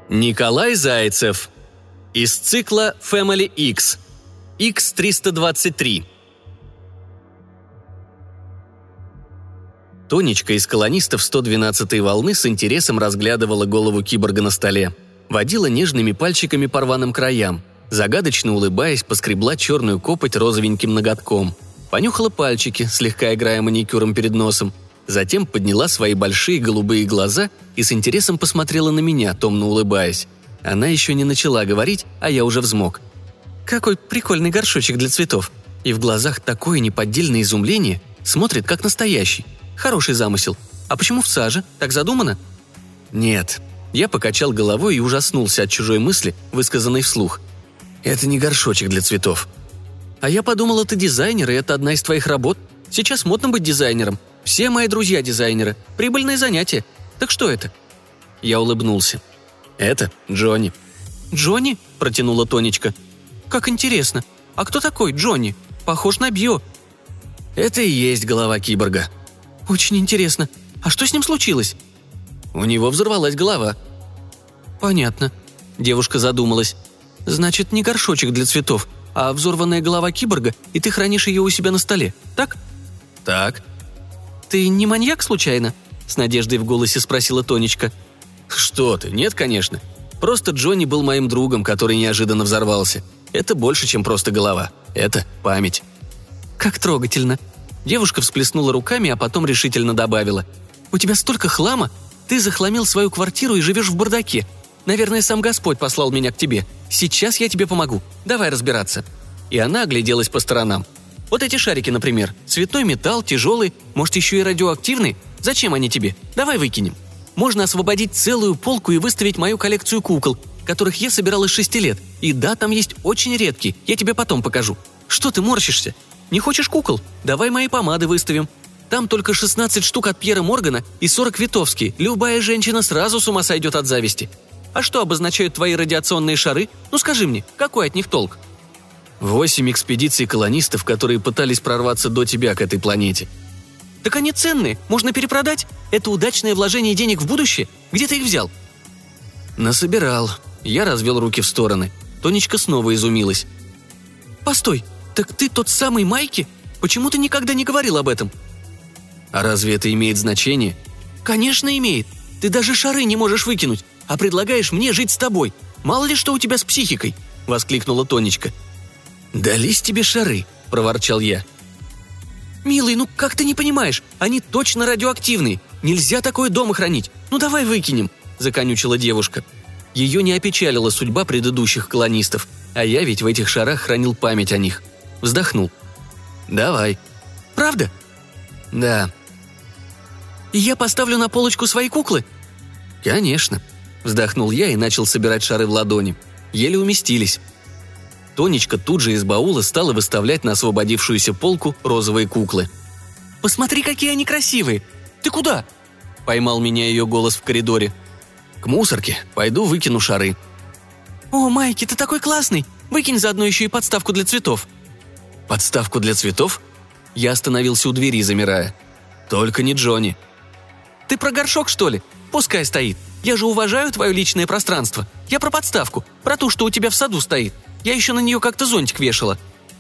Николай Зайцев. Из цикла Family X. X323. Тонечка из колонистов 112-й волны с интересом разглядывала голову киборга на столе. Водила нежными пальчиками по рваным краям. Загадочно улыбаясь, поскребла черную копоть розовеньким ноготком. Понюхала пальчики, слегка играя маникюром перед носом. Затем подняла свои большие голубые глаза и с интересом посмотрела на меня, томно улыбаясь. Она еще не начала говорить, а я уже взмок. «Какой прикольный горшочек для цветов!» И в глазах такое неподдельное изумление, смотрит как настоящий. Хороший замысел. А почему в саже? Так задумано? Нет. Я покачал головой и ужаснулся от чужой мысли, высказанной вслух. Это не горшочек для цветов. А я подумала, ты дизайнер, и это одна из твоих работ. Сейчас модно быть дизайнером. Все мои друзья дизайнеры. Прибыльное занятие. Так что это? Я улыбнулся. Это Джонни. «Джонни?» – протянула Тонечка. «Как интересно. А кто такой Джонни? Похож на Био». «Это и есть голова киборга». «Очень интересно. А что с ним случилось?» «У него взорвалась голова». «Понятно». Девушка задумалась. «Значит, не горшочек для цветов, а взорванная голова киборга, и ты хранишь ее у себя на столе, так?» «Так». «Ты не маньяк, случайно?» – с надеждой в голосе спросила Тонечка. «Что ты? Нет, конечно. Просто Джонни был моим другом, который неожиданно взорвался. Это больше, чем просто голова. Это память». «Как трогательно». Девушка всплеснула руками, а потом решительно добавила. «У тебя столько хлама. Ты захламил свою квартиру и живешь в бардаке. Наверное, сам Господь послал меня к тебе. Сейчас я тебе помогу. Давай разбираться». И она огляделась по сторонам. «Вот эти шарики, например. Цветной металл, тяжелый, может, еще и радиоактивный. Зачем они тебе? Давай выкинем. Можно освободить целую полку и выставить мою коллекцию кукол, которых я собирал из 6 лет. И да, там есть очень редкие, я тебе потом покажу. Что ты морщишься? Не хочешь кукол? Давай мои помады выставим. Там только 16 штук от Пьера Моргана и 40 Витовски. Любая женщина сразу с ума сойдет от зависти. А что обозначают твои радиационные шары? Ну скажи мне, какой от них толк?» 8 экспедиций колонистов, которые пытались прорваться до тебя к этой планете. «Так они ценные, можно перепродать. Это удачное вложение денег в будущее. Где ты их взял?» «Насобирал». Я развел руки в стороны. Тонечка снова изумилась. «Постой, так ты тот самый Майки? Почему ты никогда не говорил об этом?» «А разве это имеет значение?» «Конечно имеет. Ты даже шары не можешь выкинуть, а предлагаешь мне жить с тобой. Мало ли что у тебя с психикой!» – воскликнула Тонечка. «Дались тебе шары!» – проворчал я. «Милый, ну как ты не понимаешь? Они точно радиоактивные. Нельзя такое дома хранить. Ну давай выкинем», – законючила девушка. Ее не опечалила судьба предыдущих колонистов, а я ведь в этих шарах хранил память о них. Вздохнул. «Давай». «Правда?» «Да». «И я поставлю на полочку свои куклы?» «Конечно». Вздохнул я и начал собирать шары в ладони. Еле уместились. Тонечка тут же из баула стала выставлять на освободившуюся полку розовые куклы. «Посмотри, какие они красивые! Ты куда?» Поймал меня ее голос в коридоре. «К мусорке. Пойду выкину шары». «О, Майки, ты такой классный! Выкинь заодно еще и подставку для цветов». «Подставку для цветов?» Я остановился у двери, замирая. «Только не Джонни». «Ты про горшок, что ли? Пускай стоит. Я же уважаю твое личное пространство. Я про подставку, про ту, что у тебя в саду стоит. Я еще на нее как-то зонтик вешала».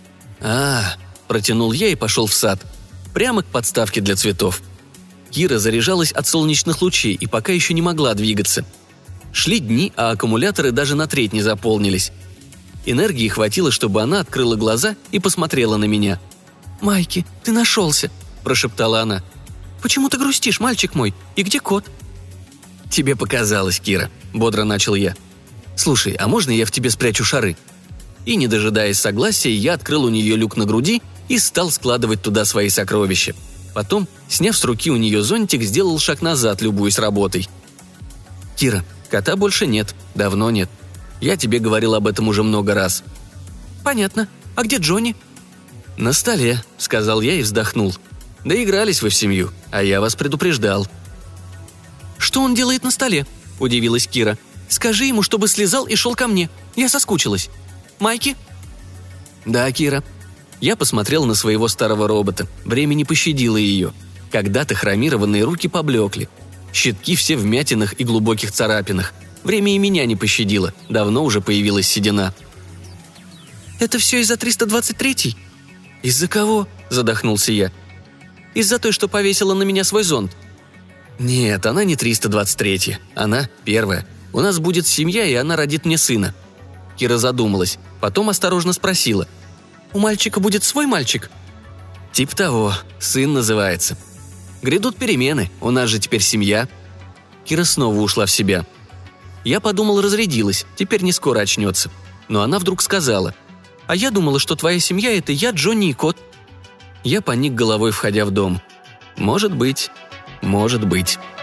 Протянул я и пошел в сад. Прямо к подставке для цветов. Кира заряжалась от солнечных лучей и пока еще не могла двигаться. Шли дни, а аккумуляторы даже на треть не заполнились. Энергии хватило, чтобы она открыла глаза и посмотрела на меня. «Майки, ты нашелся», – прошептала она. «Почему ты грустишь, мальчик мой? И где кот?» «Тебе показалось, Кира», – бодро начал я. «Слушай, а можно я в тебе спрячу шары?» И, не дожидаясь согласия, я открыл у нее люк на груди и стал складывать туда свои сокровища. Потом, сняв с руки у нее зонтик, сделал шаг назад, любуясь работой. «Кира, кота больше нет. Давно нет. Я тебе говорил об этом уже много раз». «Понятно. А где Джонни?» «На столе», — сказал я и вздохнул. «Доигрались вы в семью, а я вас предупреждал». «Что он делает на столе?» – удивилась Кира. «Скажи ему, чтобы слезал и шел ко мне. Я соскучилась. Майки?» «Да, Кира». Я посмотрел на своего старого робота. Время не пощадило ее. Когда-то хромированные руки поблекли. Щитки все в вмятинах и глубоких царапинах. Время и меня не пощадило, давно уже появилась седина. «Это все из-за 323-й?» «Из-за кого?» – задохнулся я. «Из-за той, что повесила на меня свой зонт». «Нет, она не 323-я, она первая. У нас будет семья, и она родит мне сына». Кира задумалась, потом осторожно спросила. «У мальчика будет свой мальчик?» «Тип того, сын называется. Грядут перемены, у нас же теперь семья». Кира снова ушла в себя. Я подумал, разрядилась, теперь не скоро очнется. Но она вдруг сказала: «А я думала, что твоя семья – это я, Джонни и кот». Я поник головой, входя в дом. «Может быть, может быть».